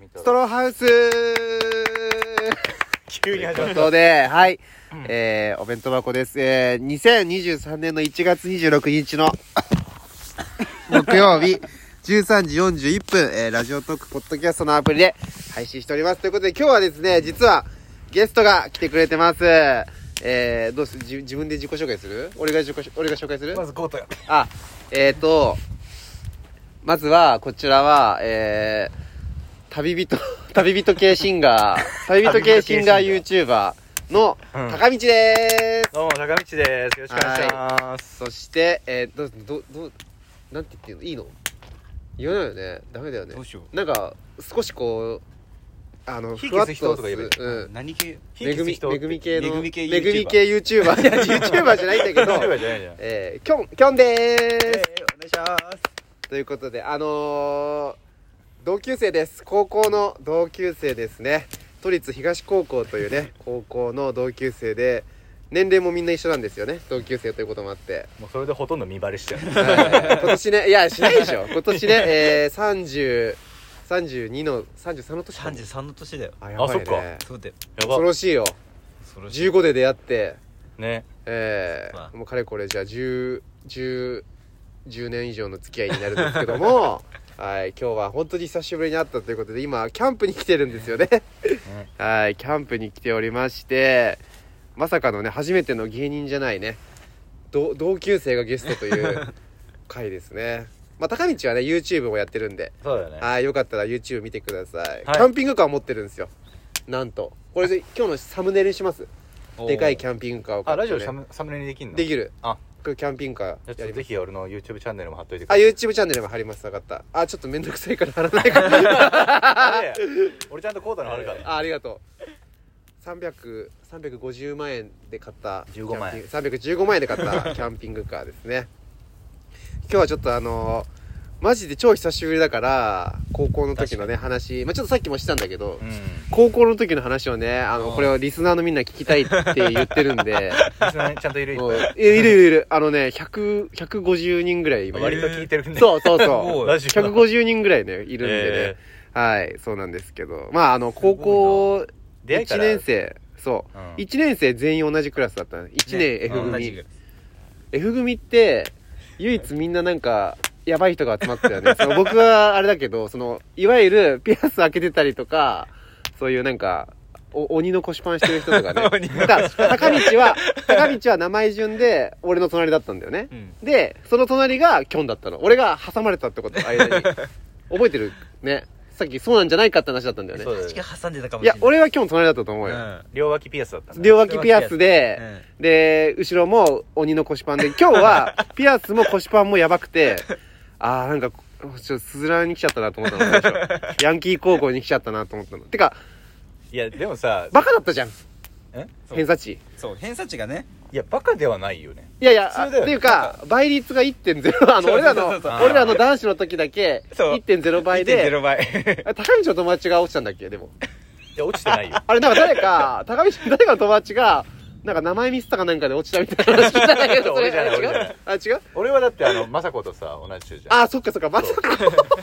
ストローハウス急に始まった。 ということで、はい、お弁当箱です。2023年の1月26日の木曜日13時41分、ラジオトークポッドキャストのアプリで配信しております。ということで今日はですね、実はゲストが来てくれてます。どうする？自分で自己紹介する？俺が紹介する？ まずコートよ。 まずはこちらは旅人系シンガーYouTuber の高道でーす。 どうも高道です。よろしくお願いします。 そしてなんて言っていいの？言わないよね。ダメだよね。 どうしよなんか少しこう火ふわっ消す人ととか言えばいい。 何系？ めぐみ系のめぐみ系 YouTuber いや YouTuber じゃないんだけど YouTuber じゃないじゃん。 きょんでーす。 お願いします。 ということで同級生です。高校の同級生ですね。都立東高校というね高校の同級生で、年齢もみんな一緒なんですよね。同級生ということもあってもうそれでほとんど見バレしちゃう。 今年ね、いやしないでしょ。今年ね、32の33の年かも。 33の年だよ。 あ、やばいね。 あそっかそうだよ。 やば恐ろしいよ。 恐ろしい。 15で出会ってね。 まあもうかれこれじゃあ10年以上の付き合いになるんですけどもはい、今日は本当に久しぶりに会ったということで今キャンプに来てるんですよねはい、キャンプに来ておりまして、まさかのね初めての芸人じゃないね同級生がゲストという回ですね。まあ高道はね YouTube もやってるんで、 そうだよね。 はい、よかったら YouTube 見てください、 はい、 キャンピングカー持ってるんですよ。なんとこれで今日のサムネイルにします。でかいキャンピングカーを買って、ね、 ラジオサムネにできんの？ できる。 あ、 これキャンピングカーやります。 ぜひ俺の YouTube チャンネルも貼っといてくあ、 れ。 YouTube チャンネルも貼ります。分かった。あ、ちょっとめんどくさいから貼らないから俺ちゃんとコートの貼るからね。 ありがとう。350万円で買った 15万円 315万円で買ったキャンピングカーですね。今日はちょっとマジで超久しぶりだから高校の時のね話、まあちょっとさっきもしたんだけど、高校の時の話をねこれをリスナーのみんな聞きたいって言ってるんでちゃんといる。 もういる150人ぐらい今割と聞いてるんで。 そうラジオ 150人ぐらいねいるんでね、はいそうなんですけど、まあ高校1年生そう、1年生全員同じクラスだったの。1年 F 組、F 組って唯一みんななんかやばい人が集まってたよね。その僕はあれだけど、いわゆるピアス開けてたりとか、そういうなんか鬼の腰パンしてる人とかね高道は名前順で俺の隣だったんだよね、でその隣がキョンだったの。俺が挟まれたってこと間に覚えてるね。さっきそうなんじゃないかって話だったんだよね。 確か挟んでたかもしれない。 いや俺はキョン隣だったと思うよ、 両脇ピアスだったんだ。 両脇ピアスで、で後ろも鬼の腰パンで、今日はピアスも腰パンもやばくてなんかちょっとスズランに来ちゃったなと思ったの最初ヤンキー高校に来ちゃったなと思ったの。てかいやでもさ、 バカだったじゃん偏差値。 そう偏差値がね。 いやバカではないよね。 いや普通だよねっていうか倍率が 1.0 俺らの男子の時だけ 1.0 倍で 1.0 倍高道の友達が落ちたんだっけ。でもいや落ちてないよ。 あれなんか誰かの友達がなんか名前ミスったかなんかで落ちたみたいな話聞いたんだけど俺じゃない違う？あ、違う？ 俺はだって雅子とさ同じ中じゃん。 あ、そっかまさか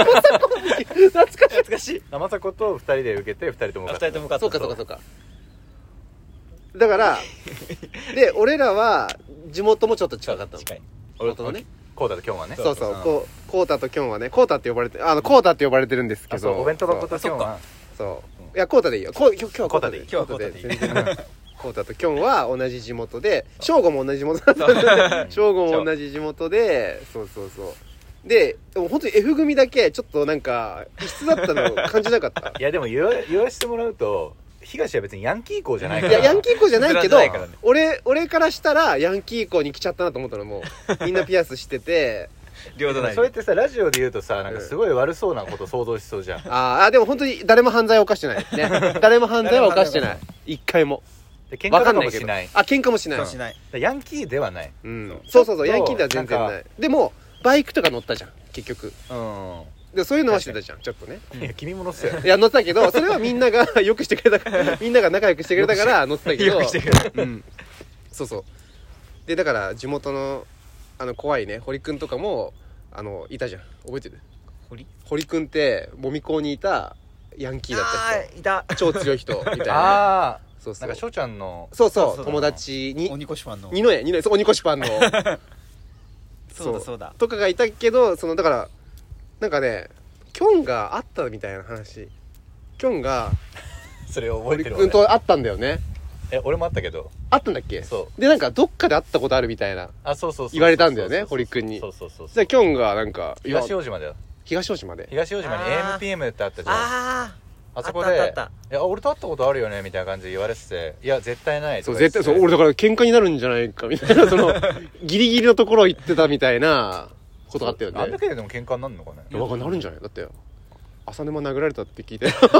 懐かしい。 雅子と2人で受けて2人とも受かった。 二人とも勝った。 そうかだからで俺らは地元もちょっと近かったの。 近い。 俺とね、 コータとキョンはね。 そうコータとキョンはね、コータって呼ばれてコータって呼ばれてるんですけど、 お弁当箱とキョンはそういやコータでいいよ。今日はコータでいい。 今日はコータでいい。 全然コータとキョンは同じ地元で、翔吾も同じ地元だったんで、翔吾も同じ地元で、そうでも本当に F 組だけちょっとなんか異質だったの感じなかった？ いやでも言わせてもらうと東は別にヤンキー校じゃないかいら。 やヤンキー校じゃないけどそれはないからね俺からしたらヤンキー校に来ちゃったなと思ったの。もうみんなピアスしてて両隣。 それってさラジオで言うとさなんかすごい悪そうなこと想像しそうじゃん。 でも本当に誰も犯罪を犯してないね。誰も犯罪は犯してない一回も。 で喧嘩とかもしない。 喧嘩もしない。 しない。 ヤンキーではない。 そうヤンキーでは全然ない。でもバイクとか乗ったじゃん結局。でそういうのはしてたじゃんちょっとね。 いや君も乗ってたよ。 いや乗ってたけどそれはみんながよくしてくれたからみんなが仲良くしてくれたから乗ってたけど。 よくしてくれた。 そうでだから地元の怖いね堀くんとかもいたじゃん。覚えてる？堀くんってもみ校にいたヤンキーだったいた人超強い人みたいなああそうそうなんか翔ちゃんのそうそうそう友達に鬼越ファンの二のそう鬼越ファンのそうだとかがいたけどだからなんかねキョンがあったみたいな話キョンがそれ覚え堀てる君と会ったんだよね俺もあったけどあったんだっけそでなんかどっかで会ったことあるみたいなそう言われたんだよね堀君にそうそうじゃあキョンがなんか東大島だよ東大島で東大島に AMPM ってあったじゃんあそこであったいや俺と会ったことあるよねみたいな感じで言われてていや絶対ないそう絶対そう俺だから喧嘩になるんじゃないかみたいなギリギリのところ行ってたみたいなことがあったよねあんだけでも喧嘩になるのかねいやわかんなるんじゃないだって浅沼殴られたって聞いて浅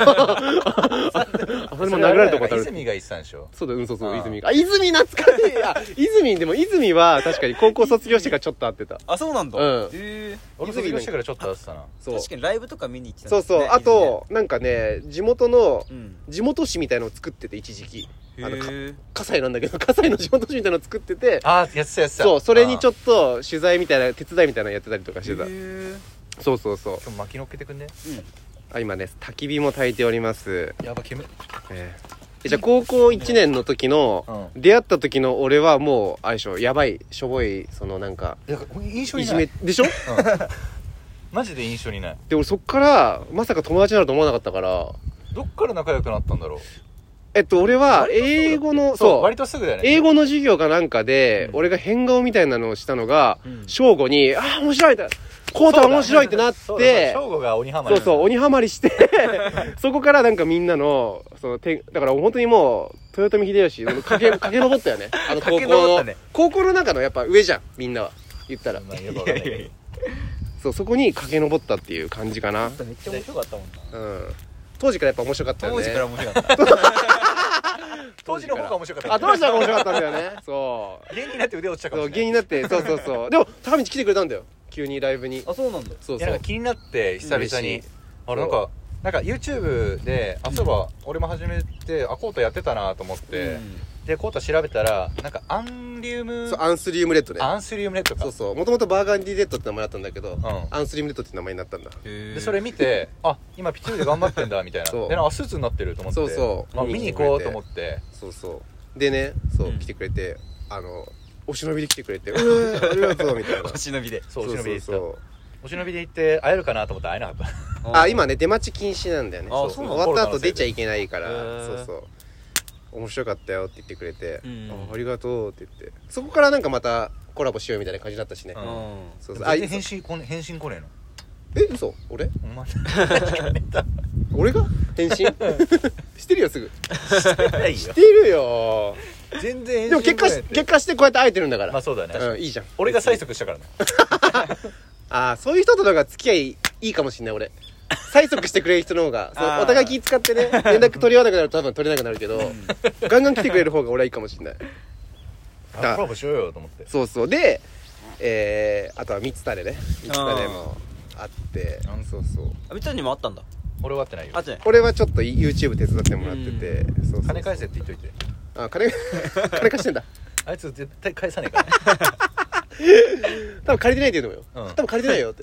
沼殴られたことある泉が言ってたんでしょそうだそう泉が泉懐かしいでも泉は確かに高校卒業してからちょっと会ってたそうなんだ俺卒業してからちょっと会ってたな確かにライブとか見に行ってたそうあとなんかね地元紙みたいのを作ってて一時期葛西なんだけど葛西の地元紙みたいなのを作っててやってたそうそれにちょっと取材みたいな手伝いみたいなのやってたりとかしてたそう今日巻き乗っけてくんね今ね焚き火も焚いておりますやば煙じゃあ高校1年の時の出会った時の俺はもうあれでしょやばいしょぼいなんか印象にないいじめでしょマジで印象にないで俺そっからまさか友達になると思わなかったからどっから仲良くなったんだろう俺は英語の割とすぐだよね英語の授業かなんかで俺が変顔みたいなのをしたのが正午に面白いってコータ面白いってなって正午が鬼ハマり鬼ハマりしてそこからなんかみんなのだから本当にもう豊臣秀吉駆け上ったよね高校の中のやっぱ上じゃんみんなは言ったらそこに駆け上ったっていう感じかなめっちゃ面白かったもんな当時からやっぱ面白かったよね当時から面白かった当時の方が面白かった当時の方が面白かったんだよねそう芸人になって腕落ちたかもしれない芸人になってそうでも高道来てくれたんだよ急にライブにそうなんだそうなんか気になって久々になんか YouTube でそういえば俺も始めてコータやってたなと思ってでコータ調べたらなんかアンスリウムレッドねアンスリウムレッドかもともとバーガンディレッドって名前だったんだけどアンスリウムレッドって名前になったんだでそれ見て今ピッチで頑張ってんだみたいなでスーツになってると思って見に行こうと思ってでね来てくれてお忍びで来てくれてありがとうみたいなお忍びでお忍びで行って会えるかなと思って会えなかった今ね出待ち禁止なんだよね終わった後出ちゃいけないから面白かったよって言ってくれてありがとうって言ってそこからなんかまたコラボしようみたいな感じだったしね全然返信来ねえの嘘俺お前俺が返信してるよすぐしてるよ全然でも結果してこうやって会えてるんだからそうだねいいじゃん俺が催促したからねそういう人との方が付き合いいいかもしんない俺催促してくれる人の方がお互い気使ってね連絡取り合わなくなると多分取れなくなるけどガンガン来てくれる方が俺はいいかもしんないコラボしようよと思ってであとは三つ種ね三つ種もあって三つ種にもあったんだ俺は会ってないよ俺はちょっと YouTube 手伝ってもらってて金返せって言っといて金貸してんだあいつ絶対返さねえから多分借りてないって言うのよ多分借りてないよって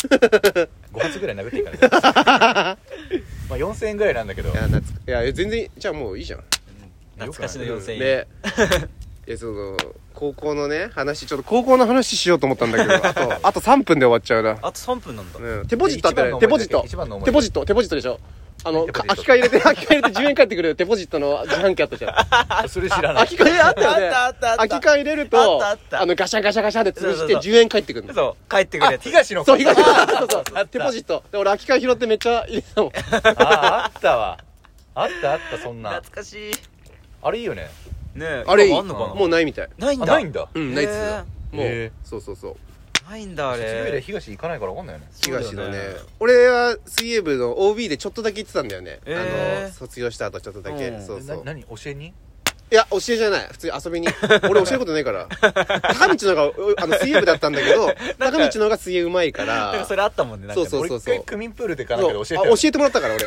5発ぐらい殴っていいから4000円ぐらいなんだけどいや全然じゃあもういいじゃん懐かしの4000円で高校のね話ちょっと高校の話しようと思ったんだけどあと3分で終わっちゃうなあと3分なんだデポジットあったよデポジットでしょ空き缶入れて10円返ってくるデポジットの自販機あったじゃんそれ知らない空き缶あったよね空き缶入れるとガシャガシャガシャで潰して10円返ってくるの帰ってくるやつ東のそうデポジットで俺空き缶拾ってめっちゃ入れたもんあったわあったそんな懐かしいあれいいよねあれいいあんのかなもうないみたいないんだないっつもうそうないんだあれ卒業以来東行かないから分かんないよね東のね俺は水泳部の OB でちょっとだけ行ってたんだよね卒業した後ちょっとだけ何教えにいや教えじゃない普通に遊びに俺教えることないから高道の方が水泳部だったんだけど高道の方が水泳うまいからそれあったもんねそう俺一回区民プールでかなんかで教えてもらったから俺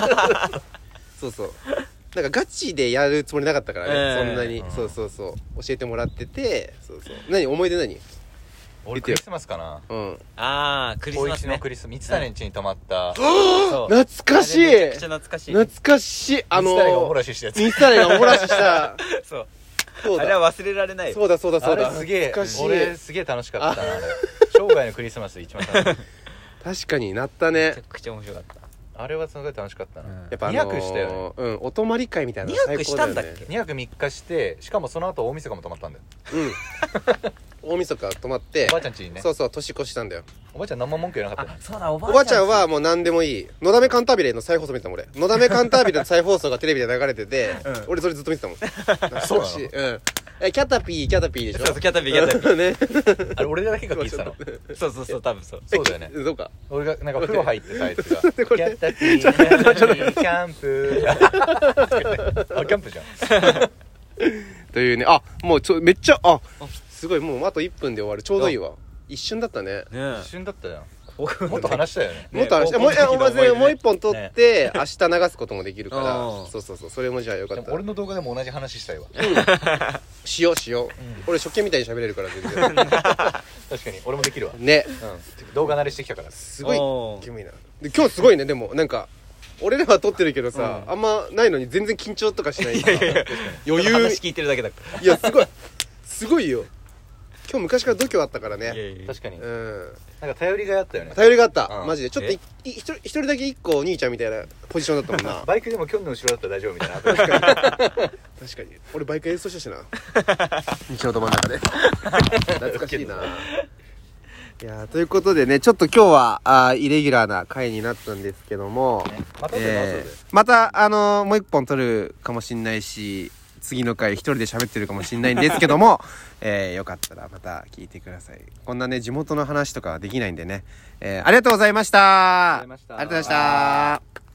なんかガチでやるつもりなかったからねそんなに教えてもらってて何思い出何俺クリスマスかな。 あークリスマスね。 高一のクリスマス、三谷ん家に泊まった。 懐かしい。 めちゃくちゃ懐かしい。 懐かしい。 三谷がおもらししたやつ。 三谷がおもらしした。 そうそうだ。 あれは忘れられないよ。 そうだそうだそうだ。 あれすげえ。 懐かしい。 俺すげえ楽しかったなあれ。生涯のクリスマスで一番楽しかった。 確かになっためね。 ちゃくちゃ面白かった。 あれはすごい楽しかったな。 うんやっぱ2泊したよね。 お泊まり会みたいな。 2泊したんだっけ 2泊3日して、しかもその後大晦日も泊まったんだよ。 大晦日泊まって、 おばあちゃん家にね。 そうそう年越したんだよ。 おばあちゃん何も文句言わなかったね。 そうだ、おおばあちゃんはもう何でもいい。のだめカンタービレの再放送見てたもん俺。のだめカンタービレの再放送がテレビで流れてて、俺それずっと見てたもん。 そうなの？ キャタピーでしょ。 そうキャタピーね。 あれ俺だけが聞いてたの。 そう多分そう。 そうだよね。 そうか。 俺がなんか風呂入ってたやつが。キこれャッタピーキャンプ。あ、キャンプじゃん。 というね、もうめっちゃ、すごい、もうあと1分で終わる。ちょうどいいわ。一瞬だったね。 一瞬だったじゃん。もっと話したよね。 もっと話して、もう一本撮って、明日流すこともできるから、そう、それもじゃあよかった。 俺の動画でも同じ話したいわ。 しよう。俺初見みたいに喋れるから全然。 確かに、俺もできるわ。 ね。 動画慣れしてきたから。 すごい、キモいな。で、今日すごいね、でも、なんか、俺らは撮ってるけどさ、あんまないのに全然緊張とかしない。余裕。 話聞いてるだけだから。 いや、すごいよ。今日昔から度胸あったからね。 確かに。なんか頼りがいあったよね。 頼りがあった。マジで。ちょっと一人だけ一個お兄ちゃんみたいなポジションだったもんな。 バイクでもキョンの後ろだったら大丈夫みたいな。 確かに。俺バイク演奏したしな。道のど真ん中で。懐かしいな。いやということでね、ちょっと今日はイレギュラーな回になったんですけども、またもう一本撮るかもしんないし、次の回一人で喋ってるかもしんないんですけども、よかったらまた聞いてください。こんなね地元の話とかはできないんでね、ありがとうございました。ありがとうございました。